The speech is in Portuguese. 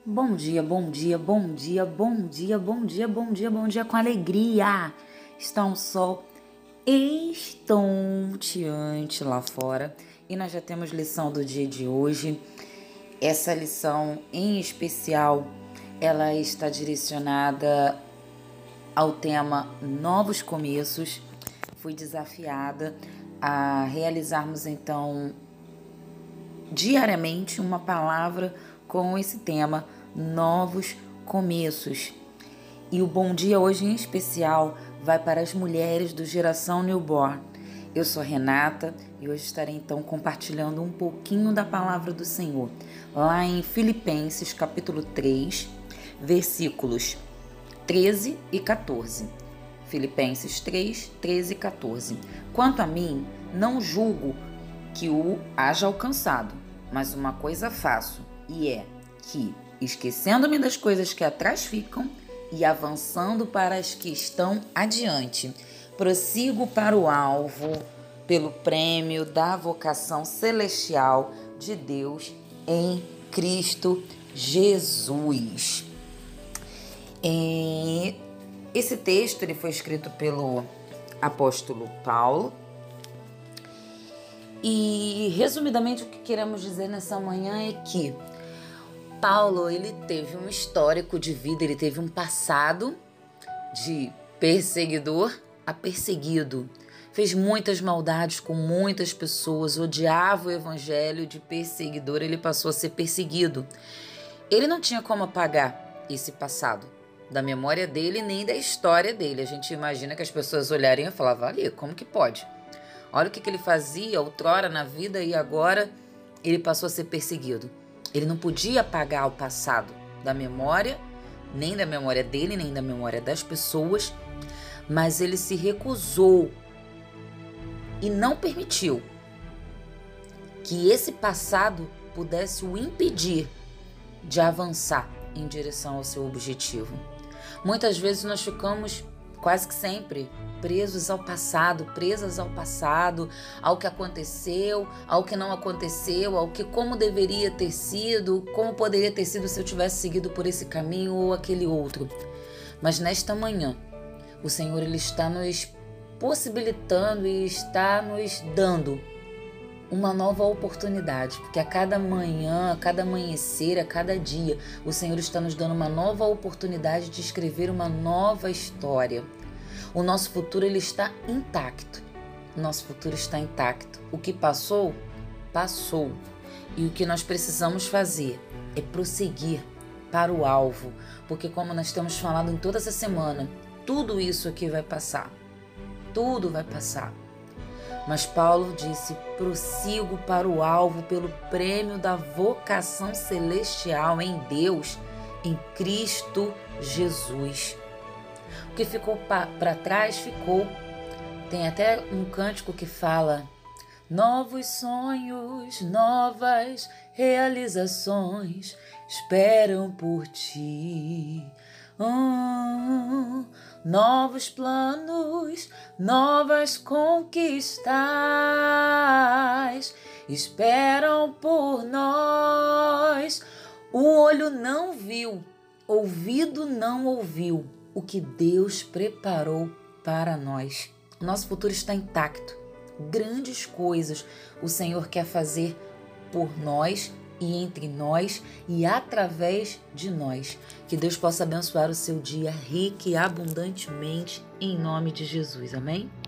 Bom dia, bom dia, bom dia, bom dia, bom dia, bom dia, bom dia com alegria. Está um sol estonteante lá fora e nós já temos lição do dia de hoje. Essa lição em especial, ela está direcionada ao tema Novos Começos. Fui desafiada a realizarmos então diariamente uma palavra com esse tema, novos começos. E o bom dia hoje em especial vai para as mulheres do Geração Newborn. Eu sou Renata e hoje estarei então compartilhando um pouquinho da palavra do Senhor, lá em Filipenses capítulo 3, versículos 13 e 14. Filipenses 3, 13 e 14. Quanto a mim, não julgo que o haja alcançado, mas uma coisa faço, e é que, esquecendo-me das coisas que atrás ficam e avançando para as que estão adiante, prossigo para o alvo pelo prêmio da vocação celestial de Deus em Cristo Jesus. Esse texto ele foi escrito pelo apóstolo Paulo. E, resumidamente, o que queremos dizer nessa manhã é que Paulo, ele teve um histórico de vida, ele teve um passado de perseguidor a perseguido. Fez muitas maldades com muitas pessoas, odiava o evangelho, de perseguidor ele passou a ser perseguido. Ele não tinha como apagar esse passado da memória dele nem da história dele. A gente imagina que as pessoas olhariam e falavam, ali, como que pode? Olha o que ele fazia outrora na vida e agora ele passou a ser perseguido. Ele não podia apagar o passado da memória, nem da memória dele, nem da memória das pessoas, mas ele se recusou e não permitiu que esse passado pudesse o impedir de avançar em direção ao seu objetivo. Muitas vezes nós ficamos, quase que sempre, presos ao passado, presas ao passado, ao que aconteceu, ao que não aconteceu, ao que como deveria ter sido, como poderia ter sido se eu tivesse seguido por esse caminho ou aquele outro. Mas nesta manhã, o Senhor ele está nos possibilitando e está nos dando uma nova oportunidade, porque a cada manhã, a cada amanhecer, a cada dia, o Senhor está nos dando uma nova oportunidade de escrever uma nova história. O nosso futuro ele está intacto. O nosso futuro está intacto. O que passou, passou. E o que nós precisamos fazer é prosseguir para o alvo, porque como nós temos falado em toda essa semana, tudo isso aqui vai passar. Tudo vai passar. Mas Paulo disse, prossigo para o alvo pelo prêmio da vocação celestial em Deus, em Cristo Jesus. O que ficou para trás, ficou. Tem até um cântico que fala, novos sonhos, novas realizações esperam por ti. Novos planos, novas conquistas esperam por nós. O olho não viu, ouvido não ouviu o que Deus preparou para nós. Nosso futuro está intacto. Grandes coisas o Senhor quer fazer por nós e entre nós e através de nós. Que Deus possa abençoar o seu dia rica e abundantemente em nome de Jesus. Amém?